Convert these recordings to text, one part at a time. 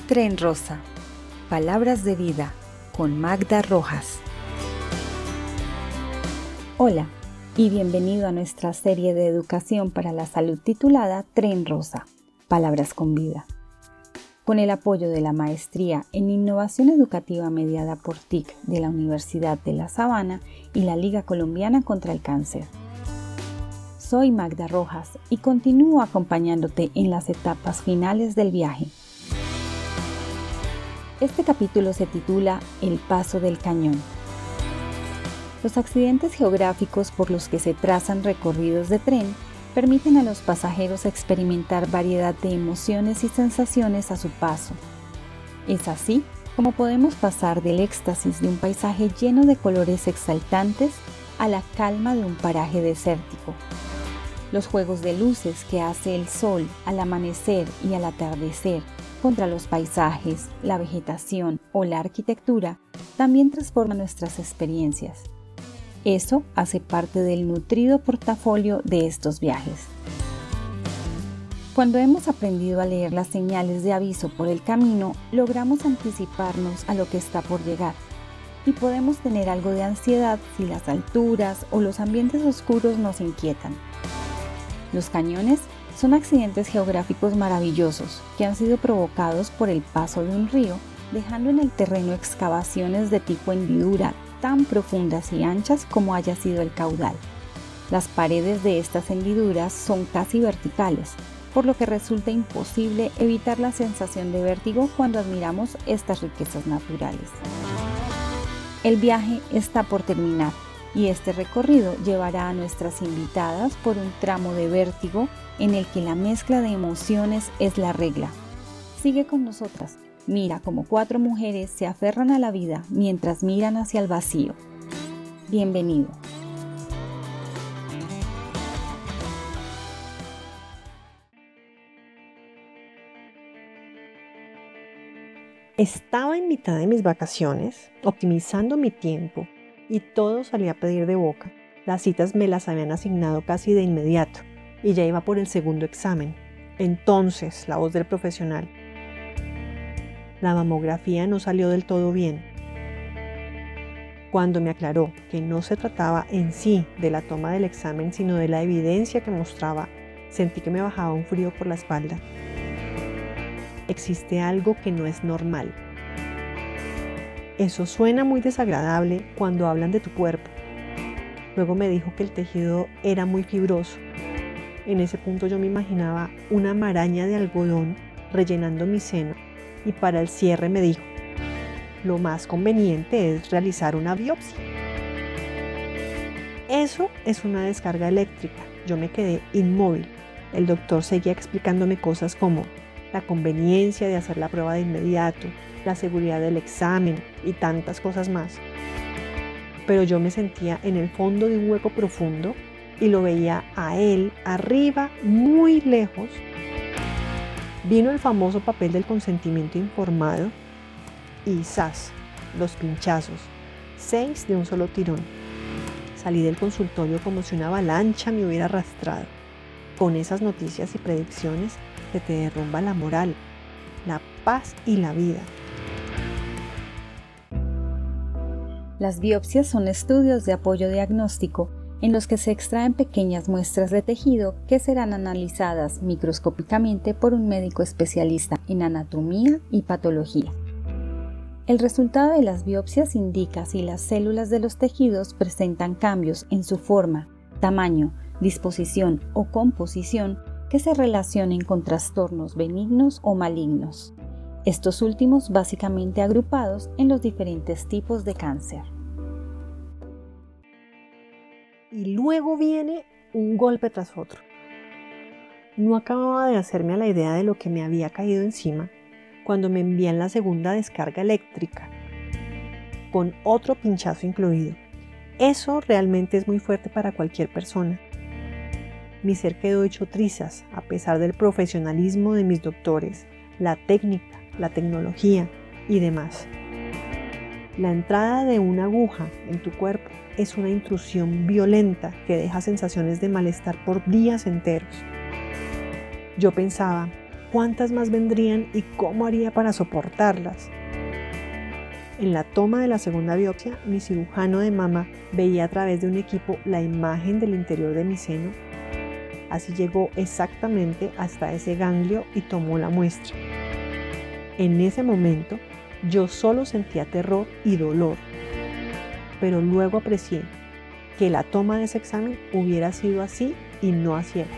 Tren Rosa, Palabras de Vida, con Magda Rojas. Hola y bienvenido a nuestra serie de educación para la salud titulada Tren Rosa, Palabras con Vida. Con el apoyo de la Maestría en Innovación Educativa mediada por TIC de la Universidad de La Sabana y la Liga Colombiana contra el Cáncer. Soy Magda Rojas y continúo acompañándote en las etapas finales del viaje. Este capítulo se titula El Paso del Cañón. Los accidentes geográficos por los que se trazan recorridos de tren permiten a los pasajeros experimentar variedad de emociones y sensaciones a su paso. Es así como podemos pasar del éxtasis de un paisaje lleno de colores exaltantes a la calma de un paraje desértico. Los juegos de luces que hace el sol al amanecer y al atardecer contra los paisajes, la vegetación o la arquitectura también transforman nuestras experiencias. Eso hace parte del nutrido portafolio de estos viajes. Cuando hemos aprendido a leer las señales de aviso por el camino, logramos anticiparnos a lo que está por llegar y podemos tener algo de ansiedad si las alturas o los ambientes oscuros nos inquietan. Los cañones son accidentes geográficos maravillosos que han sido provocados por el paso de un río, dejando en el terreno excavaciones de tipo hendidura tan profundas y anchas como haya sido el caudal. Las paredes de estas hendiduras son casi verticales, por lo que resulta imposible evitar la sensación de vértigo cuando admiramos estas riquezas naturales. El viaje está por terminar y este recorrido llevará a nuestras invitadas por un tramo de vértigo en el que la mezcla de emociones es la regla. Sigue con nosotras. Mira cómo 4 mujeres se aferran a la vida mientras miran hacia el vacío. Bienvenido. Estaba en mitad de mis vacaciones, optimizando mi tiempo, y todo salía a pedir de boca. Las citas me las habían asignado casi de inmediato, y ya iba por el segundo examen. Entonces, la voz del profesional. La mamografía no salió del todo bien. Cuando me aclaró que no se trataba en sí de la toma del examen, sino de la evidencia que mostraba, sentí que me bajaba un frío por la espalda. Existe algo que no es normal. Eso suena muy desagradable cuando hablan de tu cuerpo. Luego me dijo que el tejido era muy fibroso. En ese punto yo me imaginaba una maraña de algodón rellenando mi seno y para el cierre me dijo, lo más conveniente es realizar una biopsia. Eso es una descarga eléctrica. Yo me quedé inmóvil. El doctor seguía explicándome cosas como la conveniencia de hacer la prueba de inmediato, la seguridad del examen y tantas cosas más. Pero yo me sentía en el fondo de un hueco profundo y lo veía a él arriba, muy lejos. Vino el famoso papel del consentimiento informado y ¡zas! Los pinchazos, 6 de un solo tirón. Salí del consultorio como si una avalancha me hubiera arrastrado. Con esas noticias y predicciones se te derrumba la moral, la paz y la vida. Las biopsias son estudios de apoyo diagnóstico en los que se extraen pequeñas muestras de tejido que serán analizadas microscópicamente por un médico especialista en anatomía y patología. El resultado de las biopsias indica si las células de los tejidos presentan cambios en su forma, tamaño, disposición o composición que se relacionen con trastornos benignos o malignos. Estos últimos básicamente agrupados en los diferentes tipos de cáncer. Y luego viene un golpe tras otro. No acababa de hacerme a la idea de lo que me había caído encima cuando me envían la segunda descarga eléctrica, con otro pinchazo incluido. Eso realmente es muy fuerte para cualquier persona. Mi ser quedó hecho trizas a pesar del profesionalismo de mis doctores, la técnica, la tecnología y demás. La entrada de una aguja en tu cuerpo es una intrusión violenta que deja sensaciones de malestar por días enteros. Yo pensaba, ¿Cuántas más vendrían y cómo haría para soportarlas? En la toma de la segunda biopsia, mi cirujano de mama veía a través de un equipo la imagen del interior de mi seno. Así llegó exactamente hasta ese ganglio y tomó la muestra. En ese momento, yo solo sentía terror y dolor, pero luego aprecié que la toma de ese examen hubiera sido así y no a ciegas.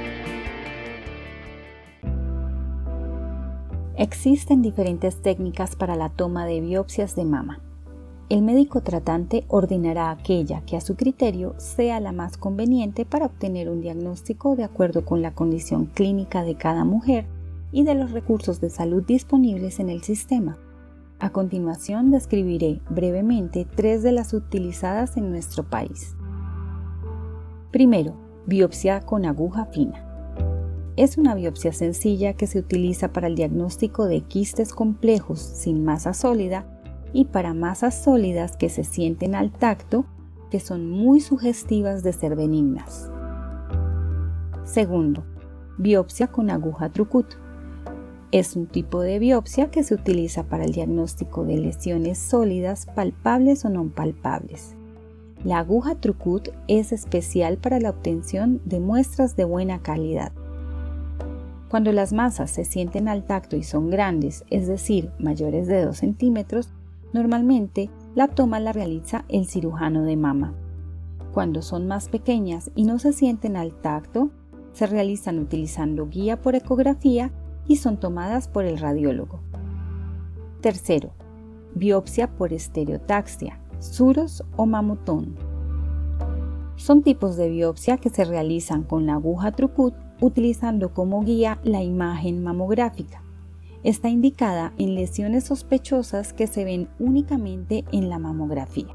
Existen diferentes técnicas para la toma de biopsias de mama. El médico tratante ordenará aquella que a su criterio sea la más conveniente para obtener un diagnóstico de acuerdo con la condición clínica de cada mujer y de los recursos de salud disponibles en el sistema. A continuación describiré brevemente 3 de las utilizadas en nuestro país. Primero, biopsia con aguja fina. Es una biopsia sencilla que se utiliza para el diagnóstico de quistes complejos sin masa sólida y para masas sólidas que se sienten al tacto, que son muy sugestivas de ser benignas. Segundo, biopsia con aguja Trucut. Es un tipo de biopsia que se utiliza para el diagnóstico de lesiones sólidas palpables o no palpables. La aguja Trucut es especial para la obtención de muestras de buena calidad. Cuando las masas se sienten al tacto y son grandes, es decir, mayores de 2 centímetros, normalmente la toma la realiza el cirujano de mama. Cuando son más pequeñas y no se sienten al tacto, se realizan utilizando guía por ecografía y son tomadas por el radiólogo. Tercero, biopsia por estereotaxia, Suros o mamotón. Son tipos de biopsia que se realizan con la aguja Trucut utilizando como guía la imagen mamográfica. Está indicada en lesiones sospechosas que se ven únicamente en la mamografía.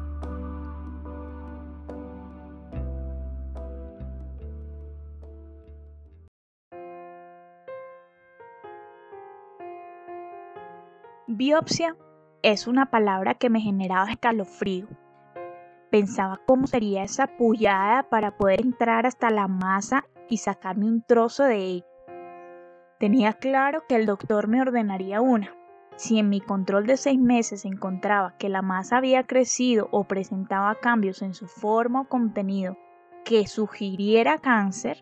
Biopsia es una palabra que me generaba escalofrío. Pensaba cómo sería esa pullada para poder entrar hasta la masa y sacarme un trozo de ella. Tenía claro que el doctor me ordenaría una. Si en mi control de 6 meses encontraba que la masa había crecido o presentaba cambios en su forma o contenido que sugiriera cáncer.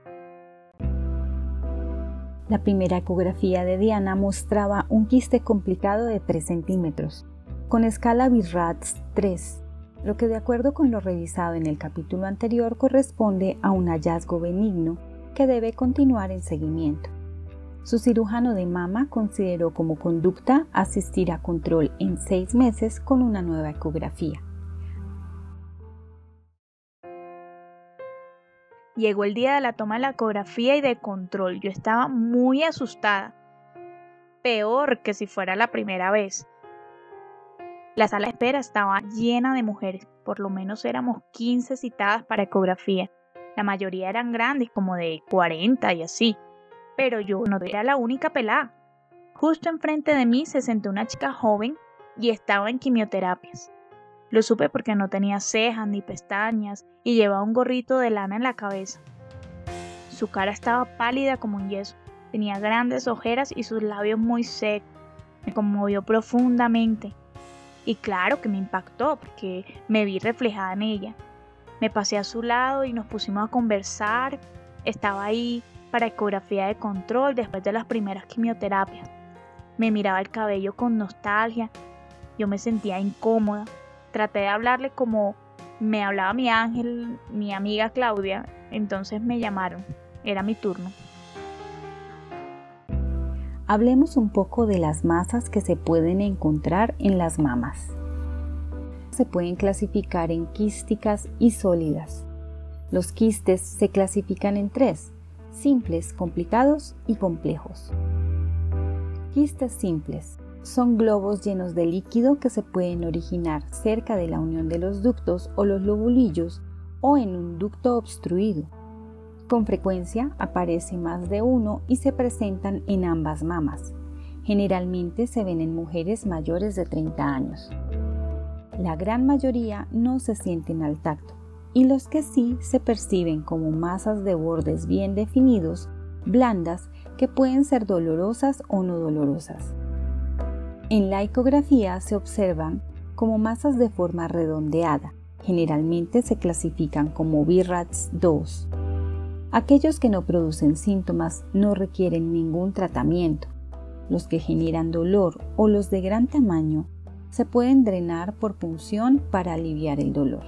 La primera ecografía de Diana mostraba un quiste complicado de 3 centímetros, con escala BIRADS 3, lo que de acuerdo con lo revisado en el capítulo anterior corresponde a un hallazgo benigno que debe continuar en seguimiento. Su cirujano de mama consideró como conducta asistir a control en 6 meses con una nueva ecografía. Llegó el día de la toma de la ecografía y de control. Yo estaba muy asustada. Peor que si fuera la primera vez. La sala de espera estaba llena de mujeres. Por lo menos éramos 15 citadas para ecografía. La mayoría eran grandes, como de 40 y así. Pero yo no era la única pelada. Justo enfrente de mí se sentó una chica joven y estaba en quimioterapias. Lo supe porque no tenía cejas ni pestañas y llevaba un gorrito de lana en la cabeza. Su cara estaba pálida como un yeso, tenía grandes ojeras y sus labios muy secos. Me conmovió profundamente. Y claro que me impactó porque me vi reflejada en ella. Me pasé a su lado y nos pusimos a conversar. Estaba ahí para ecografía de control después de las primeras quimioterapias. Me miraba el cabello con nostalgia. Yo me sentía incómoda. Traté de hablarle como me hablaba mi ángel, mi amiga Claudia. Entonces me llamaron. Era mi turno. Hablemos un poco de las masas que se pueden encontrar en las mamas. Se pueden clasificar en quísticas y sólidas. Los quistes se clasifican en 3: simples, complicados y complejos. Quistes simples son globos llenos de líquido que se pueden originar cerca de la unión de los ductos o los lobulillos o en un ducto obstruido. Con frecuencia aparece más de uno y se presentan en ambas mamas. Generalmente se ven en mujeres mayores de 30 años. La gran mayoría no se sienten al tacto y los que sí se perciben como masas de bordes bien definidos blandas, que pueden ser dolorosas o no dolorosas. En la ecografía se observan como masas de forma redondeada. Generalmente se clasifican como BIRADS 2. Aquellos que no producen síntomas no requieren ningún tratamiento. Los que generan dolor o los de gran tamaño se pueden drenar por punción para aliviar el dolor.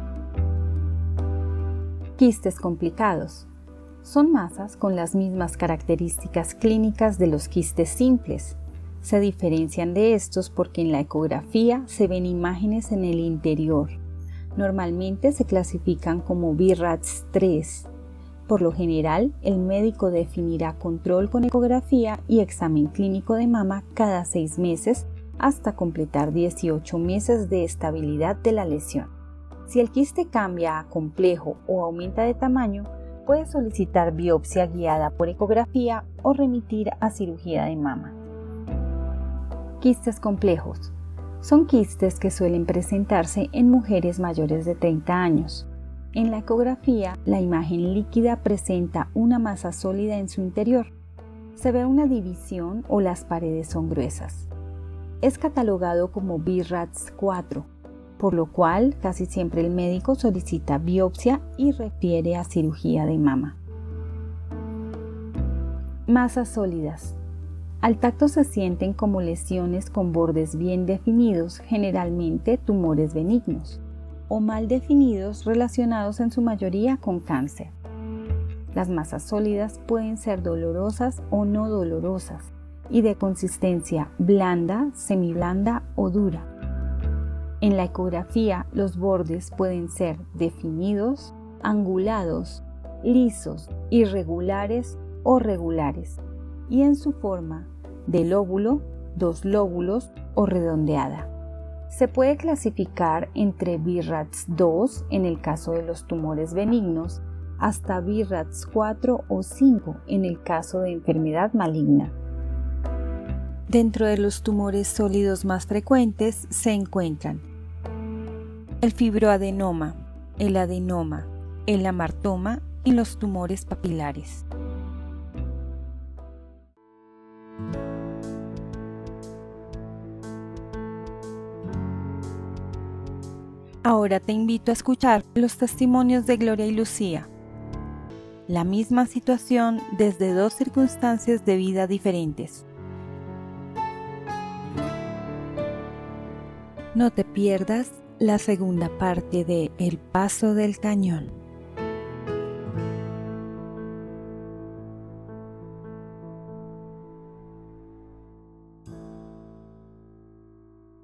Quistes complicados. Son masas con las mismas características clínicas de los quistes simples. Se diferencian de estos porque en la ecografía se ven imágenes en el interior. Normalmente se clasifican como BIRADS 3. Por lo general, el médico definirá control con ecografía y examen clínico de mama cada 6 meses hasta completar 18 meses de estabilidad de la lesión. Si el quiste cambia a complejo o aumenta de tamaño, puede solicitar biopsia guiada por ecografía o remitir a cirugía de mama. Quistes complejos. Son quistes que suelen presentarse en mujeres mayores de 30 años. En la ecografía, la imagen líquida presenta una masa sólida en su interior. Se ve una división o las paredes son gruesas. Es catalogado como BIRADS 4, por lo cual casi siempre el médico solicita biopsia y refiere a cirugía de mama. Masas sólidas. Al tacto se sienten como lesiones con bordes bien definidos, generalmente tumores benignos, o mal definidos relacionados en su mayoría con cáncer. Las masas sólidas pueden ser dolorosas o no dolorosas y de consistencia blanda, semiblanda o dura. En la ecografía, los bordes pueden ser definidos, angulados, lisos, irregulares o regulares, y en su forma de lóbulo, 2 lóbulos o redondeada. Se puede clasificar entre BIRADS 2 en el caso de los tumores benignos hasta BIRADS 4 o 5 en el caso de enfermedad maligna. Dentro de los tumores sólidos más frecuentes se encuentran el fibroadenoma, el adenoma, el amartoma y los tumores papilares. Ahora te invito a escuchar los testimonios de Gloria y Lucía. La misma situación desde 2 circunstancias de vida diferentes. No te pierdas la segunda parte de El Paso del Cañón.